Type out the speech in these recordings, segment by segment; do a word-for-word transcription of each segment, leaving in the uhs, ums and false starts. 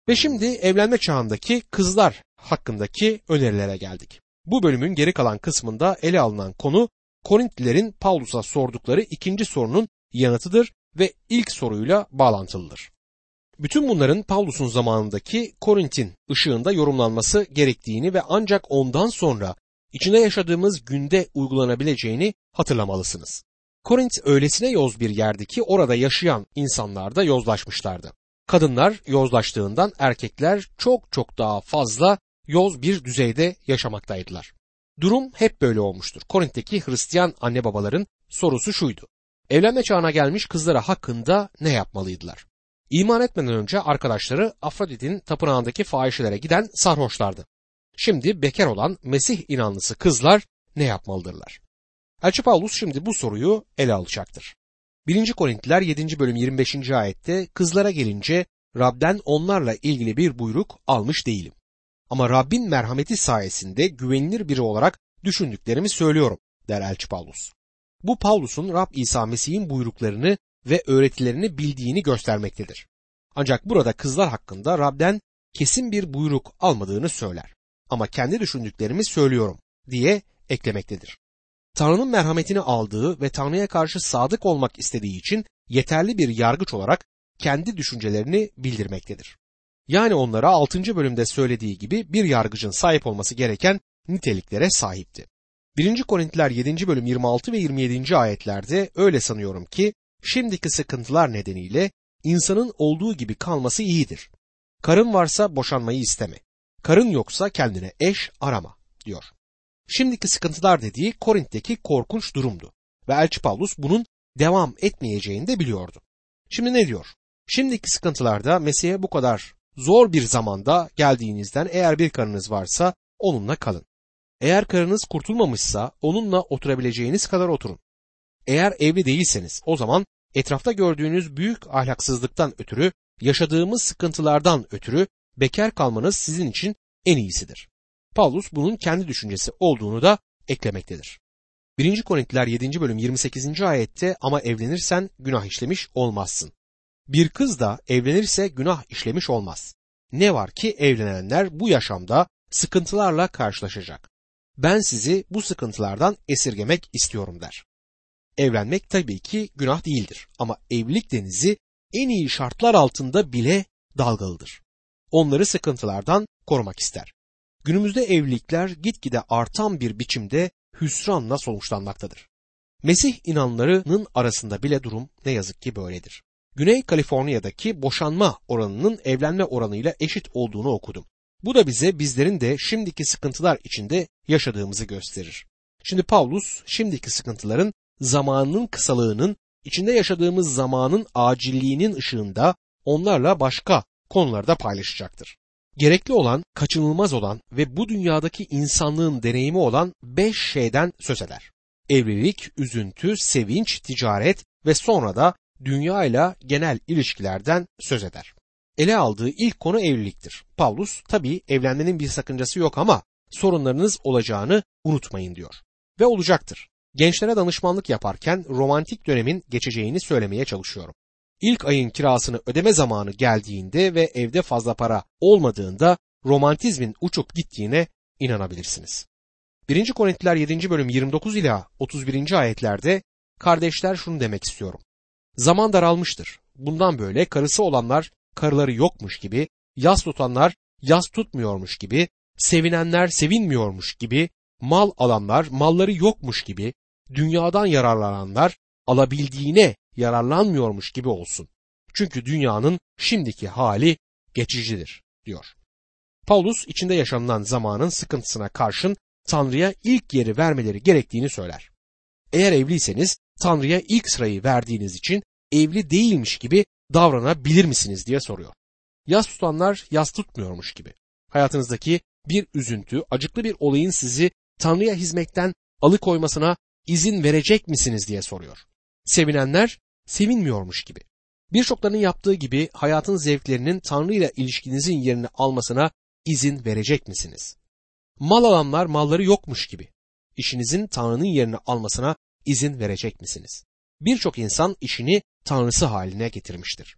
Ve şimdi evlenme çağındaki kızlar hakkındaki önerilere geldik. Bu bölümün geri kalan kısmında ele alınan konu Korintlilerin Pavlus'a sordukları ikinci sorunun yanıtıdır ve ilk soruyla bağlantılıdır. Bütün bunların Pavlus'un zamanındaki Korint'in ışığında yorumlanması gerektiğini ve ancak ondan sonra içinde yaşadığımız günde uygulanabileceğini hatırlamalısınız. Korint öylesine yoz bir yerdi ki orada yaşayan insanlar da yozlaşmışlardı. Kadınlar yozlaştığından erkekler çok çok daha fazla yoz bir düzeyde yaşamaktaydılar. Durum hep böyle olmuştur. Korint'teki Hristiyan anne babaların sorusu şuydu: evlenme çağına gelmiş kızlara hakkında ne yapmalıydılar? İman etmeden önce arkadaşları Afrodit'in tapınağındaki fahişelere giden sarhoşlardı. Şimdi bekar olan Mesih inanlısı kızlar ne yapmalıdırlar? Elçi Pavlus şimdi bu soruyu ele alacaktır. birinci Korintliler yedinci bölüm yirmi beşinci ayette kızlara gelince Rab'den onlarla ilgili bir buyruk almış değilim. Ama Rabbin merhameti sayesinde güvenilir biri olarak düşündüklerimi söylüyorum der Elçi Pavlus. Bu Pavlus'un Rab İsa Mesih'in buyruklarını ve öğretilerini bildiğini göstermektedir. Ancak burada kızlar hakkında Rab'den kesin bir buyruk almadığını söyler. Ama kendi düşündüklerimi söylüyorum diye eklemektedir. Tanrı'nın merhametini aldığı ve Tanrı'ya karşı sadık olmak istediği için yeterli bir yargıç olarak kendi düşüncelerini bildirmektedir. Yani onlara altıncı bölümde söylediği gibi bir yargıcın sahip olması gereken niteliklere sahipti. birinci Korintliler yedinci bölüm yirmi altı ve yirmi yedinci ayetlerde öyle sanıyorum ki şimdiki sıkıntılar nedeniyle insanın olduğu gibi kalması iyidir. Karın varsa boşanmayı isteme. Karın yoksa kendine eş arama diyor. Şimdiki sıkıntılar dediği Korint'teki korkunç durumdu ve Elçi Pavlus bunun devam etmeyeceğini de biliyordu. Şimdi ne diyor? Şimdiki sıkıntılarda Mesih'e bu kadar zor bir zamanda geldiğinizden eğer bir karınız varsa onunla kalın. Eğer karınız kurtulmamışsa onunla oturabileceğiniz kadar oturun. Eğer evli değilseniz o zaman etrafta gördüğünüz büyük ahlaksızlıktan ötürü, yaşadığımız sıkıntılardan ötürü bekar kalmanız sizin için en iyisidir. Pavlus bunun kendi düşüncesi olduğunu da eklemektedir. birinci Korintliler yedinci bölüm yirmi sekizinci ayette ama evlenirsen günah işlemiş olmazsın. Bir kız da evlenirse günah işlemiş olmaz. Ne var ki evlenenler bu yaşamda sıkıntılarla karşılaşacak. Ben sizi bu sıkıntılardan esirgemek istiyorum der. Evlenmek tabii ki günah değildir ama evlilik denizi en iyi şartlar altında bile dalgalıdır. Onları sıkıntılardan korumak ister. Günümüzde evlilikler gitgide artan bir biçimde hüsranla sonuçlanmaktadır. Mesih inanlarının arasında bile durum ne yazık ki böyledir. Güney Kaliforniya'daki boşanma oranının evlenme oranıyla eşit olduğunu okudum. Bu da bize bizlerin de şimdiki sıkıntılar içinde yaşadığımızı gösterir. Şimdi Pavlus şimdiki sıkıntıların zamanının kısalığının, içinde yaşadığımız zamanın acilliğinin ışığında onlarla başka konularda paylaşacaktır. Gerekli olan, kaçınılmaz olan ve bu dünyadaki insanlığın deneyimi olan beş şeyden söz eder. Evlilik, üzüntü, sevinç, ticaret ve sonra da dünya ile genel ilişkilerden söz eder. Ele aldığı ilk konu evliliktir. Pavlus tabii evlenmenin bir sakıncası yok ama sorunlarınız olacağını unutmayın diyor. Ve olacaktır. Gençlere danışmanlık yaparken romantik dönemin geçeceğini söylemeye çalışıyorum. İlk ayın kirasını ödeme zamanı geldiğinde ve evde fazla para olmadığında romantizmin uçup gittiğine inanabilirsiniz. birinci Korintliler yedinci bölüm yirmi dokuz ila otuz birinci ayetlerde kardeşler şunu demek istiyorum. Zaman daralmıştır. Bundan böyle karısı olanlar karıları yokmuş gibi, yas tutanlar yas tutmuyormuş gibi, sevinenler sevinmiyormuş gibi, mal alanlar malları yokmuş gibi, dünyadan yararlananlar alabildiğine yararlanmıyormuş gibi olsun. Çünkü dünyanın şimdiki hali geçicidir diyor. Pavlus içinde yaşanılan zamanın sıkıntısına karşın Tanrı'ya ilk yeri vermeleri gerektiğini söyler. Eğer evliyseniz Tanrı'ya ilk sırayı verdiğiniz için evli değilmiş gibi davranabilir misiniz diye soruyor. Yas tutanlar yas tutmuyormuş gibi. Hayatınızdaki bir üzüntü, acıklı bir olayın sizi Tanrı'ya hizmetten alıkoymasına izin verecek misiniz diye soruyor. Sevinenler sevinmiyormuş gibi. Birçoklarının yaptığı gibi hayatın zevklerinin Tanrı ile ilişkinizin yerini almasına izin verecek misiniz? Mal alanlar malları yokmuş gibi. İşinizin Tanrı'nın yerini almasına izin verecek misiniz? Birçok insan işini Tanrısı haline getirmiştir.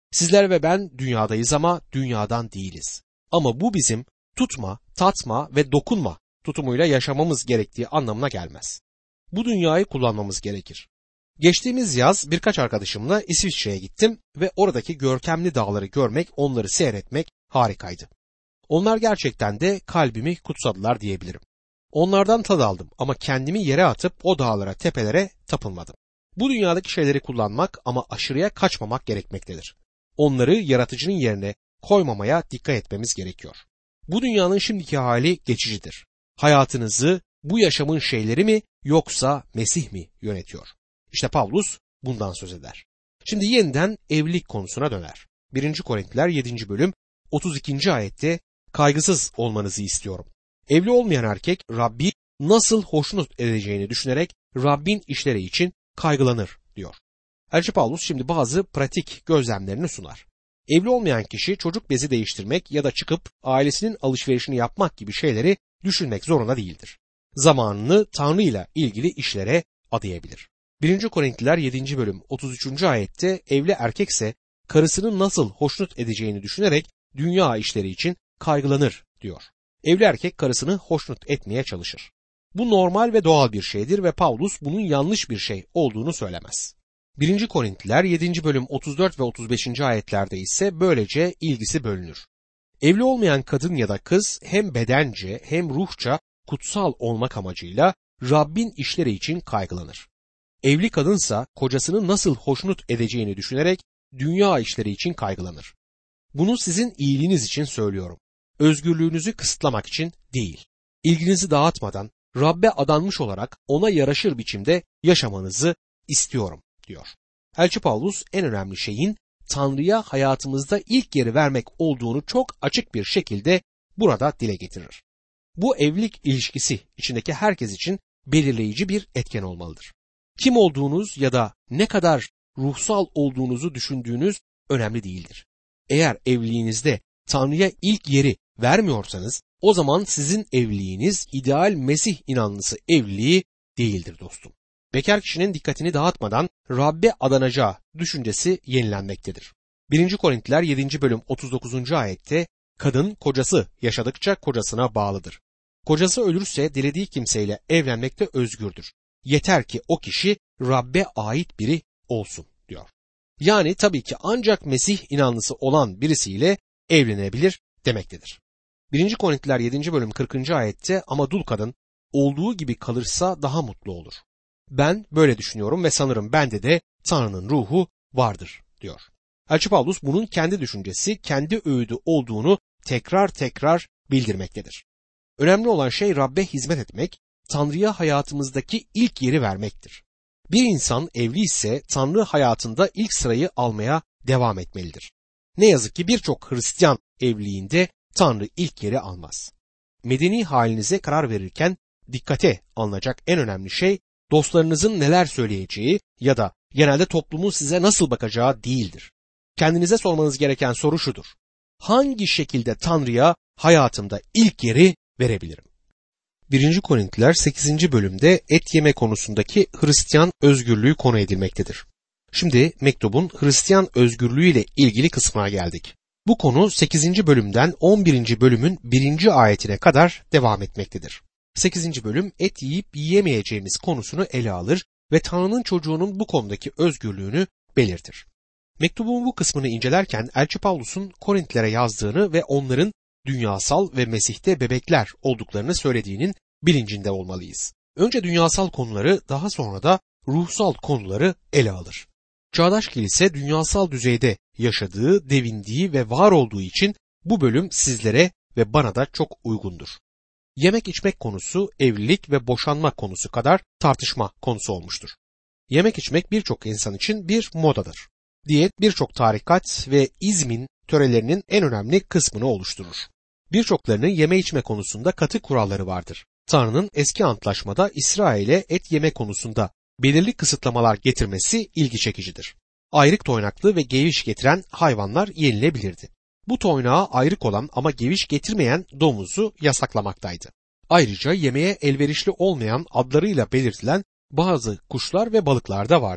Sizler ve ben dünyadayız ama dünyadan değiliz. Ama bu bizim tutma, tatma ve dokunma tutumuyla yaşamamız gerektiği anlamına gelmez. Bu dünyayı kullanmamız gerekir. Geçtiğimiz yaz birkaç arkadaşımla İsviçre'ye gittim ve oradaki görkemli dağları görmek, onları seyretmek harikaydı. Onlar gerçekten de kalbimi kutsadılar diyebilirim. Onlardan tad aldım ama kendimi yere atıp o dağlara, tepelere tapınmadım. Bu dünyadaki şeyleri kullanmak ama aşırıya kaçmamak gerekmektedir. Onları yaratıcının yerine koymamaya dikkat etmemiz gerekiyor. Bu dünyanın şimdiki hali geçicidir. Hayatınızı bu yaşamın şeyleri mi yoksa Mesih mi yönetiyor? İşte Pavlus bundan söz eder. Şimdi yeniden evlilik konusuna döner. birinci Korintiler yedinci bölüm otuz ikinci ayette kaygısız olmanızı istiyorum. Evli olmayan erkek Rabbi nasıl hoşnut edeceğini düşünerek Rabbin işleri için kaygılanır diyor. Elçi Pavlus şimdi bazı pratik gözlemlerini sunar. Evli olmayan kişi çocuk bezi değiştirmek ya da çıkıp ailesinin alışverişini yapmak gibi şeyleri düşünmek zorunda değildir. Zamanını Tanrı ile ilgili işlere adayabilir. birinci Korintiler yedinci bölüm otuz üçüncü ayette evli erkekse karısını nasıl hoşnut edeceğini düşünerek dünya işleri için kaygılanır diyor. Evli erkek karısını hoşnut etmeye çalışır. Bu normal ve doğal bir şeydir ve Pavlus bunun yanlış bir şey olduğunu söylemez. birinci Korintiler yedinci bölüm otuz dört ve otuz beşinci ayetlerde ise böylece ilgisi bölünür. Evli olmayan kadın ya da kız hem bedence hem ruhça kutsal olmak amacıyla Rabbin işleri için kaygılanır. Evli kadınsa kocasını nasıl hoşnut edeceğini düşünerek dünya işleri için kaygılanır. Bunu sizin iyiliğiniz için söylüyorum. Özgürlüğünüzü kısıtlamak için değil. İlginizi dağıtmadan Rabbe adanmış olarak ona yaraşır biçimde yaşamanızı istiyorum diyor. Elçi Pavlus en önemli şeyin Tanrı'ya hayatımızda ilk yeri vermek olduğunu çok açık bir şekilde burada dile getirir. Bu evlilik ilişkisi içindeki herkes için belirleyici bir etken olmalıdır. Kim olduğunuz ya da ne kadar ruhsal olduğunuzu düşündüğünüz önemli değildir. Eğer evliliğinizde Tanrı'ya ilk yeri vermiyorsanız o zaman sizin evliliğiniz ideal Mesih inanlısı evliliği değildir dostum. Bekar kişinin dikkatini dağıtmadan Rabbe adanacağı düşüncesi yenilenmektedir. birinci Korintiler yedinci bölüm otuz dokuzuncu ayette kadın kocası yaşadıkça kocasına bağlıdır. Kocası ölürse dilediği kimseyle evlenmekte özgürdür. Yeter ki o kişi Rabbe ait biri olsun diyor. Yani tabii ki ancak Mesih inanlısı olan birisiyle evlenebilir demektedir. birinci Korintiler yedinci bölüm kırkıncı ayette ama dul kadın olduğu gibi kalırsa daha mutlu olur. Ben böyle düşünüyorum ve sanırım bende de Tanrı'nın ruhu vardır diyor. Elçi Pavlus bunun kendi düşüncesi, kendi öğüdü olduğunu tekrar tekrar bildirmektedir. Önemli olan şey Rabbe hizmet etmek, Tanrı'ya hayatımızdaki ilk yeri vermektir. Bir insan evli ise Tanrı hayatında ilk sırayı almaya devam etmelidir. Ne yazık ki birçok Hristiyan evliliğinde Tanrı ilk yeri almaz. Medeni halinize karar verirken dikkate alınacak en önemli şey dostlarınızın neler söyleyeceği ya da genelde toplumun size nasıl bakacağı değildir. Kendinize sormanız gereken soru şudur: hangi şekilde Tanrı'ya hayatımda ilk yeri verebilirim? birinci Korintiler sekizinci bölümde et yeme konusundaki Hristiyan özgürlüğü konu edilmektedir. Şimdi mektubun Hristiyan özgürlüğü ile ilgili kısmına geldik. Bu konu sekizinci bölümden on birinci bölümün birinci ayetine kadar devam etmektedir. sekizinci bölüm et yiyip yiyemeyeceğimiz konusunu ele alır ve Tanrı'nın çocuğunun bu konudaki özgürlüğünü belirtir. Mektubun bu kısmını incelerken Elçi Pavlus'un Korintlilere yazdığını ve onların dünyasal ve Mesih'te bebekler olduklarını söylediğinin bilincinde olmalıyız. Önce dünyasal konuları, daha sonra da ruhsal konuları ele alır. Çağdaş kilise dünyasal düzeyde yaşadığı, devindiği ve var olduğu için bu bölüm sizlere ve bana da çok uygundur. Yemek içmek konusu evlilik ve boşanma konusu kadar tartışma konusu olmuştur. Yemek içmek birçok insan için bir modadır. Diyet birçok tarikat ve izmin törelerinin en önemli kısmını oluşturur. Birçoklarının yeme içme konusunda katı kuralları vardır. Tanrı'nın eski antlaşmada İsrail'e et yeme konusunda belirli kısıtlamalar getirmesi ilgi çekicidir. Ayrık toynaklı ve geviş getiren hayvanlar yenilebilirdi. Bu toynağa ayrık olan ama geviş getirmeyen domuzu yasaklamaktaydı. Ayrıca yemeğe elverişli olmayan adlarıyla belirtilen bazı kuşlar ve balıklar da vardı.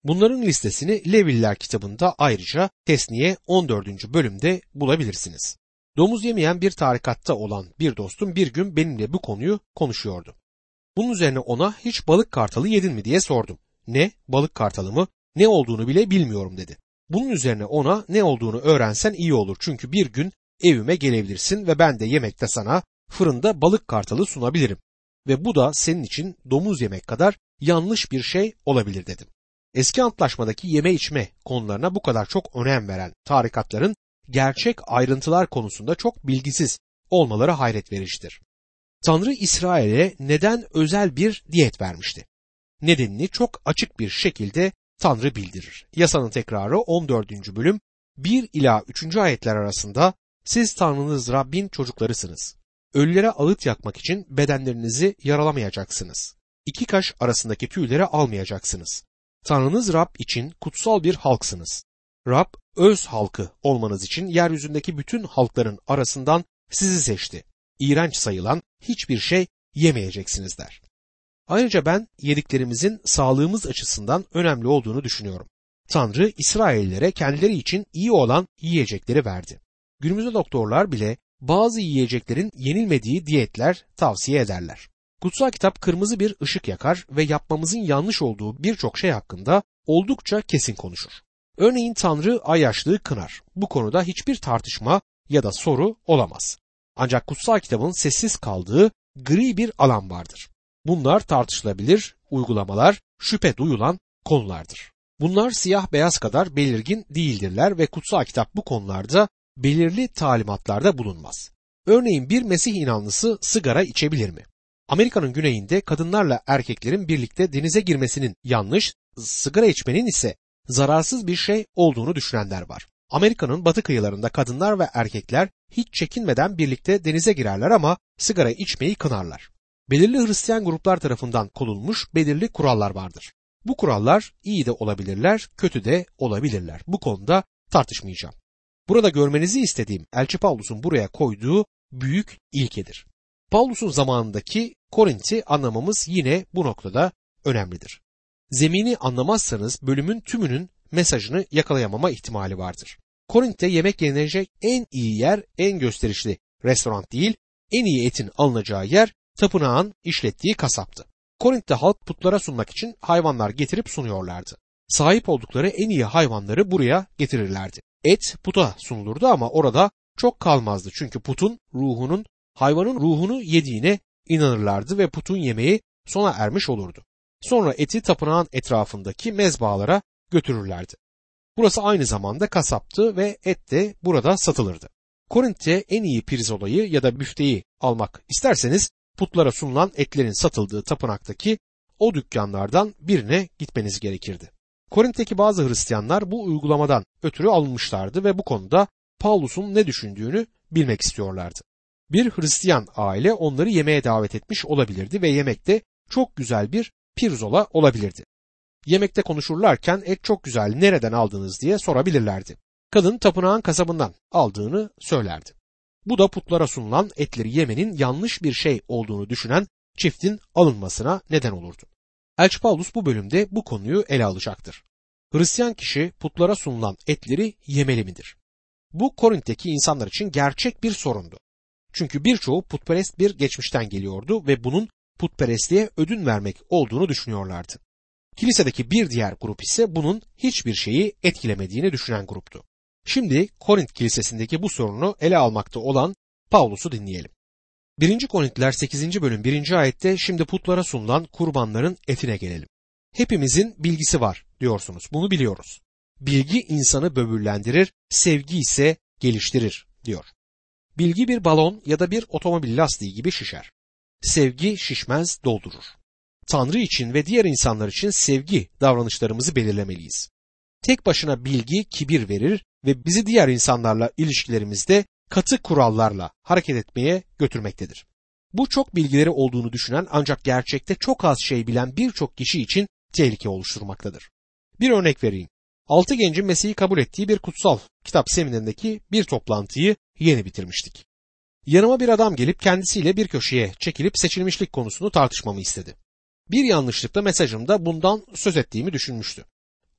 Bunların listesini Levililer kitabında ayrıca Tesniye on dördüncü bölümde bulabilirsiniz. Domuz yemeyen bir tarikatta olan bir dostum bir gün benimle bu konuyu konuşuyordu. Bunun üzerine ona hiç balık kartalı yedin mi diye sordum. Ne, balık kartalı mı? Ne olduğunu bile bilmiyorum dedi. Bunun üzerine ona ne olduğunu öğrensen iyi olur çünkü bir gün evime gelebilirsin ve ben de yemekte sana fırında balık kartalı sunabilirim. Ve bu da senin için domuz yemek kadar yanlış bir şey olabilir dedim. Eski antlaşmadaki yeme içme konularına bu kadar çok önem veren tarikatların gerçek ayrıntılar konusunda çok bilgisiz olmaları hayret vericidir. Tanrı İsrail'e neden özel bir diyet vermişti? Nedenini çok açık bir şekilde Tanrı bildirir. Yasanın tekrarı on dördüncü bölüm bir ila üçüncü ayetler arasında siz Tanrınız Rabbin çocuklarısınız. Ölülere ağıt yakmak için bedenlerinizi yaralamayacaksınız. İki kaş arasındaki tüyleri almayacaksınız. Tanrınız Rab için kutsal bir halksınız. Rab öz halkı olmanız için yeryüzündeki bütün halkların arasından sizi seçti. İğrenç sayılan hiçbir şey yemeyeceksiniz der. Ayrıca ben yediklerimizin sağlığımız açısından önemli olduğunu düşünüyorum. Tanrı İsraillere kendileri için iyi olan yiyecekleri verdi. Günümüzde doktorlar bile bazı yiyeceklerin yenilmediği diyetler tavsiye ederler. Kutsal kitap kırmızı bir ışık yakar ve yapmamızın yanlış olduğu birçok şey hakkında oldukça kesin konuşur. Örneğin Tanrı ayyaşlığı kınar. Bu konuda hiçbir tartışma ya da soru olamaz. Ancak kutsal kitabın sessiz kaldığı gri bir alan vardır. Bunlar tartışılabilir uygulamalar, şüphe duyulan konulardır. Bunlar siyah beyaz kadar belirgin değildirler ve kutsal kitap bu konularda belirli talimatlarda bulunmaz. Örneğin bir Mesih inanlısı sigara içebilir mi? Amerika'nın güneyinde kadınlarla erkeklerin birlikte denize girmesinin yanlış, sigara içmenin ise zararsız bir şey olduğunu düşünenler var. Amerika'nın batı kıyılarında kadınlar ve erkekler hiç çekinmeden birlikte denize girerler ama sigara içmeyi kınarlar. Belirli Hristiyan gruplar tarafından konulmuş belirli kurallar vardır. Bu kurallar iyi de olabilirler, kötü de olabilirler. Bu konuda tartışmayacağım. Burada görmenizi istediğim Elçi Pavlus'un buraya koyduğu büyük ilkedir. Pavlus'un zamanındaki Korint'i anlamamız yine bu noktada önemlidir. Zemini anlamazsanız bölümün tümünün mesajını yakalayamama ihtimali vardır. Korint'te yemek yenilecek en iyi yer en gösterişli restoran değil, en iyi etin alınacağı yer tapınağın işlettiği kasaptı. Korint'te halk putlara sunmak için hayvanlar getirip sunuyorlardı. Sahip oldukları en iyi hayvanları buraya getirirlerdi. Et puta sunulurdu ama orada çok kalmazdı çünkü putun ruhunun hayvanın ruhunu yediğine inanırlardı ve putun yemeği sona ermiş olurdu. Sonra eti tapınağın etrafındaki mezbahalara götürürlerdi. Burası aynı zamanda kasaptı ve et de burada satılırdı. Korint'te en iyi pirzolayı ya da büfteyi almak isterseniz putlara sunulan etlerin satıldığı tapınaktaki o dükkanlardan birine gitmeniz gerekirdi. Korint'teki bazı Hristiyanlar bu uygulamadan ötürü alınmışlardı ve bu konuda Pavlus'un ne düşündüğünü bilmek istiyorlardı. Bir Hristiyan aile onları yemeğe davet etmiş olabilirdi ve yemekte çok güzel bir pirzola olabilirdi. Yemekte konuşurlarken et çok güzel nereden aldınız diye sorabilirlerdi. Kadın tapınağın kasabından aldığını söylerdi. Bu da putlara sunulan etleri yemenin yanlış bir şey olduğunu düşünen çiftin alınmasına neden olurdu. Elçi Pavlus bu bölümde bu konuyu ele alacaktır. Hristiyan kişi putlara sunulan etleri yemeli midir? Bu Korint'teki insanlar için gerçek bir sorundu. Çünkü birçoğu putperest bir geçmişten geliyordu ve bunun putperestliğe ödün vermek olduğunu düşünüyorlardı. Kilisedeki bir diğer grup ise bunun hiçbir şeyi etkilemediğini düşünen gruptu. Şimdi Korint kilisesindeki bu sorunu ele almakta olan Pavlus'u dinleyelim. birinci Korintliler sekizinci bölüm birinci ayette şimdi putlara sunulan kurbanların etine gelelim. Hepimizin bilgisi var diyorsunuz. Bunu biliyoruz. Bilgi insanı böbürlendirir, sevgi ise geliştirir diyor. Bilgi bir balon ya da bir otomobil lastiği gibi şişer. Sevgi şişmez, doldurur. Tanrı için ve diğer insanlar için sevgi davranışlarımızı belirlemeliyiz. Tek başına bilgi kibir verir ve bizi diğer insanlarla ilişkilerimizde katı kurallarla hareket etmeye götürmektedir. Bu çok bilgileri olduğunu düşünen ancak gerçekte çok az şey bilen birçok kişi için tehlike oluşturmaktadır. Bir örnek vereyim. Altı gencin Mesih'i kabul ettiği bir kutsal kitap seminerindeki bir toplantıyı yeni bitirmiştik. Yanıma bir adam gelip kendisiyle bir köşeye çekilip seçilmişlik konusunu tartışmamı istedi. Bir yanlışlıkla mesajımda bundan söz ettiğimi düşünmüştü.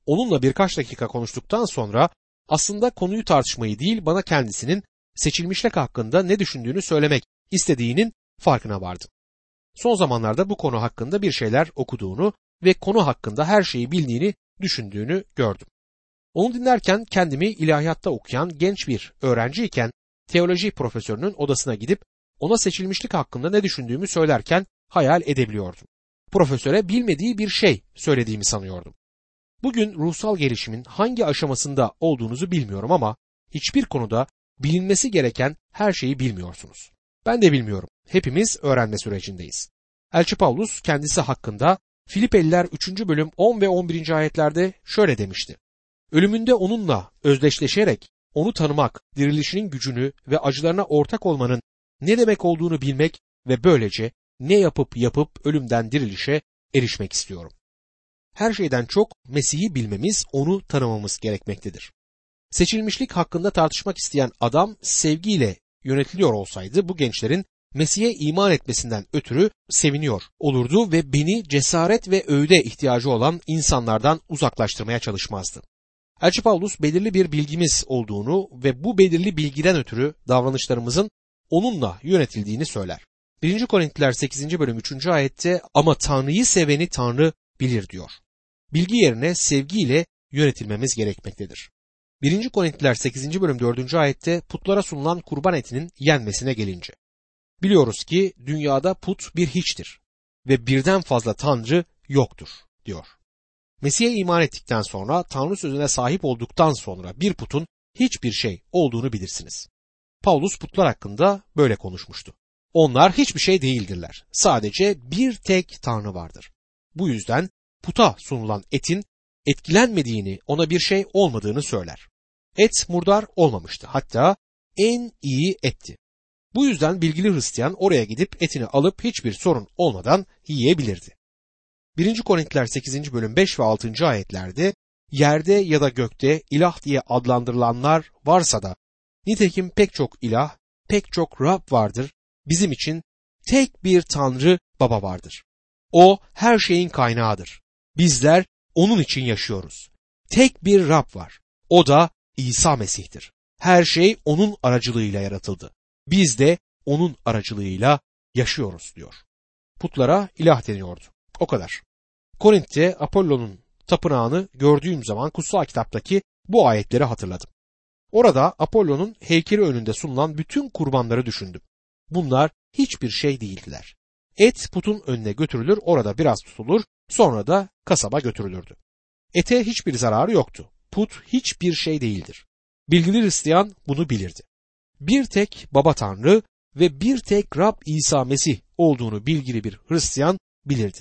onunla birkaç dakika konuştuktan sonra aslında konuyu tartışmayı değil bana kendisinin seçilmişlik hakkında ne düşündüğünü söylemek istediğinin farkına vardım. Son zamanlarda bu konu hakkında bir şeyler okuduğunu ve konu hakkında her şeyi bildiğini düşündüğünü gördüm. Onu dinlerken kendimi ilahiyatta okuyan genç bir öğrenciyken teoloji profesörünün odasına gidip ona seçilmişlik hakkında ne düşündüğümü söylerken hayal edebiliyordum. Profesöre bilmediği bir şey söylediğimi sanıyordum. Bugün ruhsal gelişimin hangi aşamasında olduğunuzu bilmiyorum ama hiçbir konuda bilinmesi gereken her şeyi bilmiyorsunuz. Ben de bilmiyorum. Hepimiz öğrenme sürecindeyiz. Elçi Pavlus kendisi hakkında Filipeliler üçüncü bölüm on ve on birinci ayetlerde şöyle demişti. Ölümünde onunla özdeşleşerek onu tanımak, dirilişinin gücünü ve acılarına ortak olmanın ne demek olduğunu bilmek ve böylece ne yapıp yapıp ölümden dirilişe erişmek istiyorum. Her şeyden çok Mesih'i bilmemiz, onu tanımamız gerekmektedir. Seçilmişlik hakkında tartışmak isteyen adam sevgiyle yönetiliyor olsaydı bu gençlerin Mesih'e iman etmesinden ötürü seviniyor olurdu ve beni cesaret ve öğüde ihtiyacı olan insanlardan uzaklaştırmaya çalışmazdı. Elçi Pavlus belirli bir bilgimiz olduğunu ve bu belirli bilgiden ötürü davranışlarımızın onunla yönetildiğini söyler. birinci Korintiler sekizinci bölüm üçüncü ayette ama Tanrı'yı seveni Tanrı bilir diyor. Bilgi yerine sevgiyle yönetilmemiz gerekmektedir. birinci Korintiler sekizinci bölüm dördüncü ayette putlara sunulan kurban etinin yenmesine gelince. Biliyoruz ki dünyada put bir hiçtir ve birden fazla Tanrı yoktur diyor. Mesih'e iman ettikten sonra Tanrı sözüne sahip olduktan sonra bir putun hiçbir şey olduğunu bilirsiniz. Pavlus putlar hakkında böyle konuşmuştu. Onlar hiçbir şey değildirler. Sadece bir tek Tanrı vardır. Bu yüzden puta sunulan etin etkilenmediğini, ona bir şey olmadığını söyler. Et murdar olmamıştı. Hatta en iyi etti. Bu yüzden bilgili Hristiyan oraya gidip etini alıp hiçbir sorun olmadan yiyebilirdi. birinci Korintiler sekizinci bölüm beş ve altıncı ayetlerde yerde ya da gökte ilah diye adlandırılanlar varsa da nitekim pek çok ilah, pek çok Rab vardır. Bizim için tek bir Tanrı Baba vardır. O her şeyin kaynağıdır. Bizler onun için yaşıyoruz. Tek bir Rab var. O da İsa Mesih'tir. Her şey onun aracılığıyla yaratıldı. Biz de onun aracılığıyla yaşıyoruz diyor. Putlara ilah deniyordu. O kadar. Korint'te Apollo'nun tapınağını gördüğüm zaman kutsal kitaptaki bu ayetleri hatırladım. Orada Apollo'nun heykeli önünde sunulan bütün kurbanları düşündüm. Bunlar hiçbir şey değildiler. Et putun önüne götürülür, orada biraz tutulur, sonra da kasaba götürülürdü. Ete hiçbir zararı yoktu. Put hiçbir şey değildir. Bilgili Hristiyan bunu bilirdi. Bir tek Baba Tanrı ve bir tek Rab İsa Mesih olduğunu bilgili bir Hristiyan bilirdi.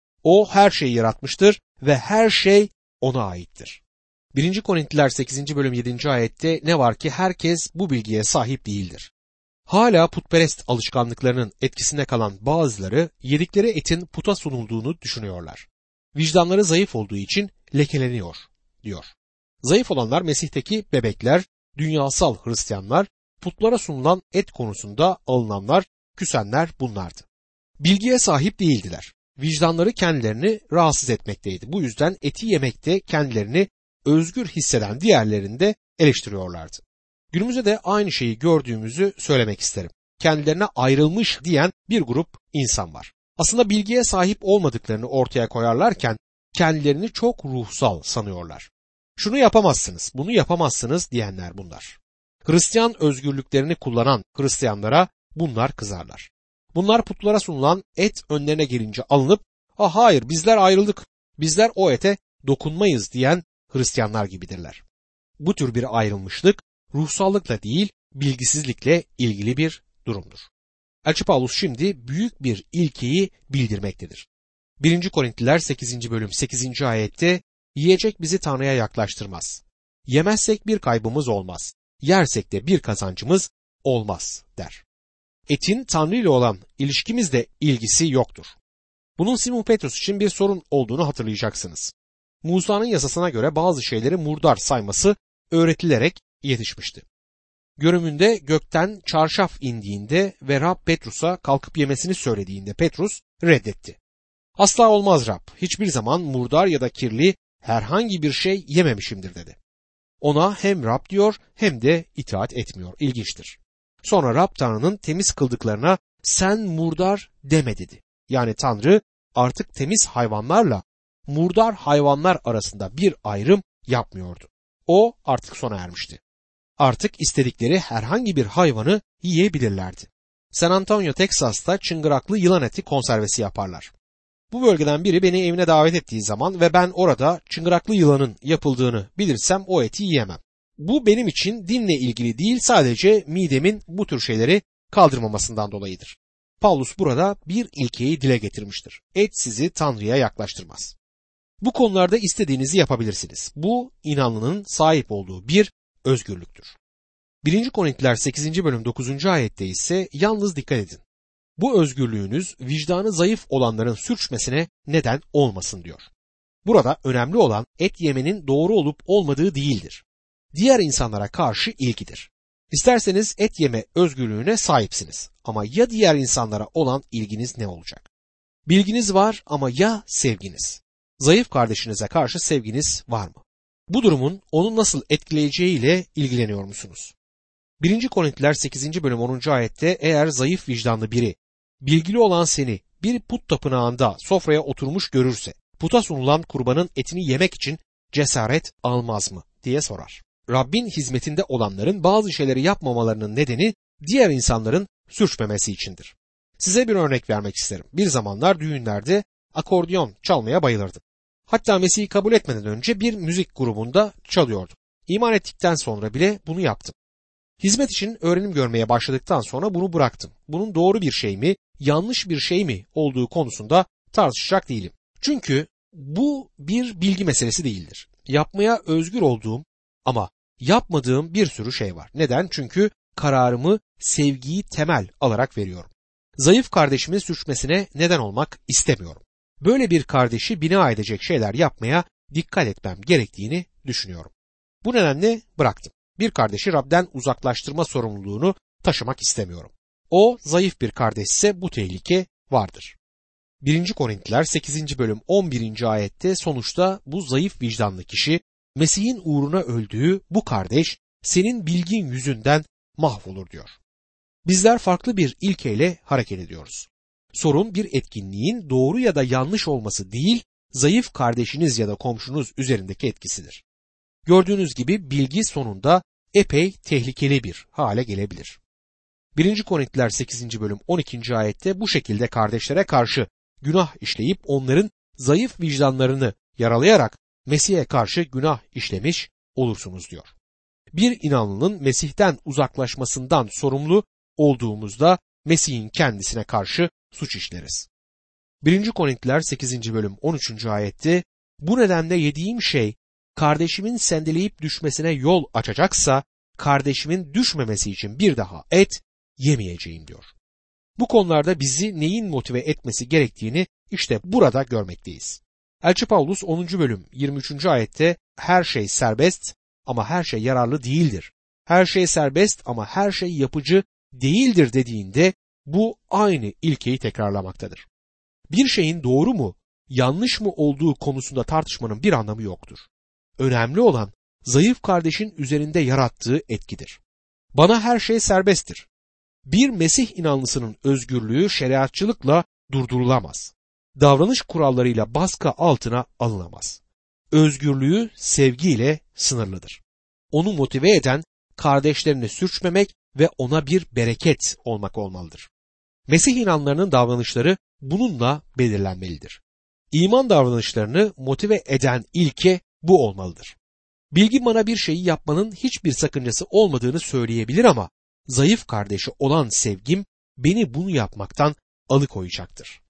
O her şeyi yaratmıştır ve her şey ona aittir. birinci Korintiler sekizinci bölüm yedinci ayette ne var ki herkes bu bilgiye sahip değildir. Hala putperest alışkanlıklarının etkisinde kalan bazıları yedikleri etin puta sunulduğunu düşünüyorlar. Vicdanları zayıf olduğu için lekeleniyor diyor. Zayıf olanlar Mesih'teki bebekler, dünyasal Hristiyanlar, putlara sunulan et konusunda alınanlar, küsenler bunlardı. Bilgiye sahip değildiler. Vicdanları kendilerini rahatsız etmekteydi. Bu yüzden eti yemekte kendilerini özgür hisseden diğerlerini de eleştiriyorlardı. Günümüzde de aynı şeyi gördüğümüzü söylemek isterim. Kendilerine ayrılmış diyen bir grup insan var. Aslında bilgiye sahip olmadıklarını ortaya koyarlarken kendilerini çok ruhsal sanıyorlar. Şunu yapamazsınız, bunu yapamazsınız diyenler bunlar. Hristiyan özgürlüklerini kullanan Hristiyanlara bunlar kızarlar. Bunlar putlara sunulan et önlerine gelince alınıp, "Ah hayır, bizler ayrıldık, bizler o ete dokunmayız" diyen Hristiyanlar gibidirler. Bu tür bir ayrılmışlık ruhsallıkla değil, bilgisizlikle ilgili bir durumdur. Elçi Pavlus şimdi büyük bir ilkeyi bildirmektedir. birinci Korintliler sekizinci bölüm sekizinci ayette yiyecek bizi Tanrı'ya yaklaştırmaz. Yemezsek bir kaybımız olmaz. Yersek de bir kazancımız olmaz der. Etin Tanrı ile olan ilişkimizle ilgisi yoktur. Bunun Simon Petrus için bir sorun olduğunu hatırlayacaksınız. Musa'nın yasasına göre bazı şeyleri murdar sayması öğretilerek yetişmişti. Görümünde gökten çarşaf indiğinde ve Rab Petrus'a kalkıp yemesini söylediğinde Petrus reddetti. Asla olmaz Rab, hiçbir zaman murdar ya da kirli herhangi bir şey yememişimdir dedi. Ona hem Rab diyor hem de itaat etmiyor. İlginçtir. Sonra Rab Tanrı'nın temiz kıldıklarına sen murdar deme dedi. Yani Tanrı artık temiz hayvanlarla murdar hayvanlar arasında bir ayrım yapmıyordu. O artık sona ermişti. Artık istedikleri herhangi bir hayvanı yiyebilirlerdi. San Antonio, Teksas'ta çıngıraklı yılan eti konservesi yaparlar. Bu bölgeden biri beni evine davet ettiği zaman ve ben orada çıngıraklı yılanın yapıldığını bilirsem o eti yiyemem. Bu benim için dinle ilgili değil, sadece midemin bu tür şeyleri kaldırmamasından dolayıdır. Paulus burada bir ilkeyi dile getirmiştir. Et sizi Tanrı'ya yaklaştırmaz. Bu konularda istediğinizi yapabilirsiniz. Bu inanlının sahip olduğu bir özgürlüktür. birinci Korintiler sekizinci bölüm dokuzuncu ayette ise yalnız dikkat edin. Bu özgürlüğünüz vicdanı zayıf olanların sürçmesine neden olmasın diyor. Burada önemli olan et yemenin doğru olup olmadığı değildir. Diğer insanlara karşı ilgidir. İsterseniz et yeme özgürlüğüne sahipsiniz ama ya diğer insanlara olan ilginiz ne olacak? Bilginiz var ama ya sevginiz? Zayıf kardeşinize karşı sevginiz var mı? Bu durumun onu nasıl etkileyeceğiyle ilgileniyor musunuz? birinci Korintiler sekizinci bölüm onuncu ayette eğer zayıf vicdanlı biri bilgili olan seni bir put tapınağında sofraya oturmuş görürse puta sunulan kurbanın etini yemek için cesaret almaz mı diye sorar. Rabbin hizmetinde olanların bazı şeyleri yapmamalarının nedeni diğer insanların sürçmemesi içindir. Size bir örnek vermek isterim. Bir zamanlar düğünlerde akordeon çalmaya bayılırdım. Hatta Mesih'i kabul etmeden önce bir müzik grubunda çalıyordum. İman ettikten sonra bile bunu yaptım. Hizmet için öğrenim görmeye başladıktan sonra bunu bıraktım. Bunun doğru bir şey mi, yanlış bir şey mi olduğu konusunda tartışacak değilim. Çünkü bu bir bilgi meselesi değildir. Yapmaya özgür olduğum ama yapmadığım bir sürü şey var. Neden? Çünkü kararımı sevgiyi temel alarak veriyorum. Zayıf kardeşimin sürçmesine neden olmak istemiyorum. Böyle bir kardeşi bina edecek şeyler yapmaya dikkat etmem gerektiğini düşünüyorum. Bu nedenle bıraktım. Bir kardeşi Rab'den uzaklaştırma sorumluluğunu taşımak istemiyorum. O zayıf bir kardeşse bu tehlike vardır. birinci Korintiler sekizinci bölüm on birinci ayette sonuçta bu zayıf vicdanlı kişi Mesih'in uğruna öldüğü bu kardeş senin bilgin yüzünden mahvolur diyor. Bizler farklı bir ilkeyle hareket ediyoruz. Sorun bir etkinliğin doğru ya da yanlış olması değil, zayıf kardeşiniz ya da komşunuz üzerindeki etkisidir. Gördüğünüz gibi bilgi sonunda epey tehlikeli bir hale gelebilir. birinci Korintiler sekizinci bölüm on ikinci ayette bu şekilde kardeşlere karşı günah işleyip onların zayıf vicdanlarını yaralayarak Mesih'e karşı günah işlemiş olursunuz diyor. Bir inanlının Mesih'ten uzaklaşmasından sorumlu olduğumuzda Mesih'in kendisine karşı suç işleriz. birinci Korintiler sekizinci bölüm on üçüncü ayette bu nedenle yediğim şey kardeşimin sendeleyip düşmesine yol açacaksa kardeşimin düşmemesi için bir daha et yemeyeceğim diyor. Bu konularda bizi neyin motive etmesi gerektiğini işte burada görmekteyiz. Elçi Paulus onuncu bölüm yirmi üçüncü ayette her şey serbest ama her şey yararlı değildir. Her şey serbest ama her şey yapıcı değildir dediğinde bu aynı ilkeyi tekrarlamaktadır. Bir şeyin doğru mu, yanlış mı olduğu konusunda tartışmanın bir anlamı yoktur. Önemli olan zayıf kardeşin üzerinde yarattığı etkidir. Bana her şey serbesttir. Bir Mesih inanlısının özgürlüğü şeriatçılıkla durdurulamaz. Davranış kurallarıyla baskı altına alınamaz. Özgürlüğü sevgiyle sınırlıdır. Onu motive eden kardeşlerini sürçmemek ve ona bir bereket olmak olmalıdır. Mesih inanlarının davranışları bununla belirlenmelidir. İman davranışlarını motive eden ilke bu olmalıdır. Bilgi bana bir şeyi yapmanın hiçbir sakıncası olmadığını söyleyebilir ama zayıf kardeşi olan sevgim beni bunu yapmaktan alıkoyacaktır.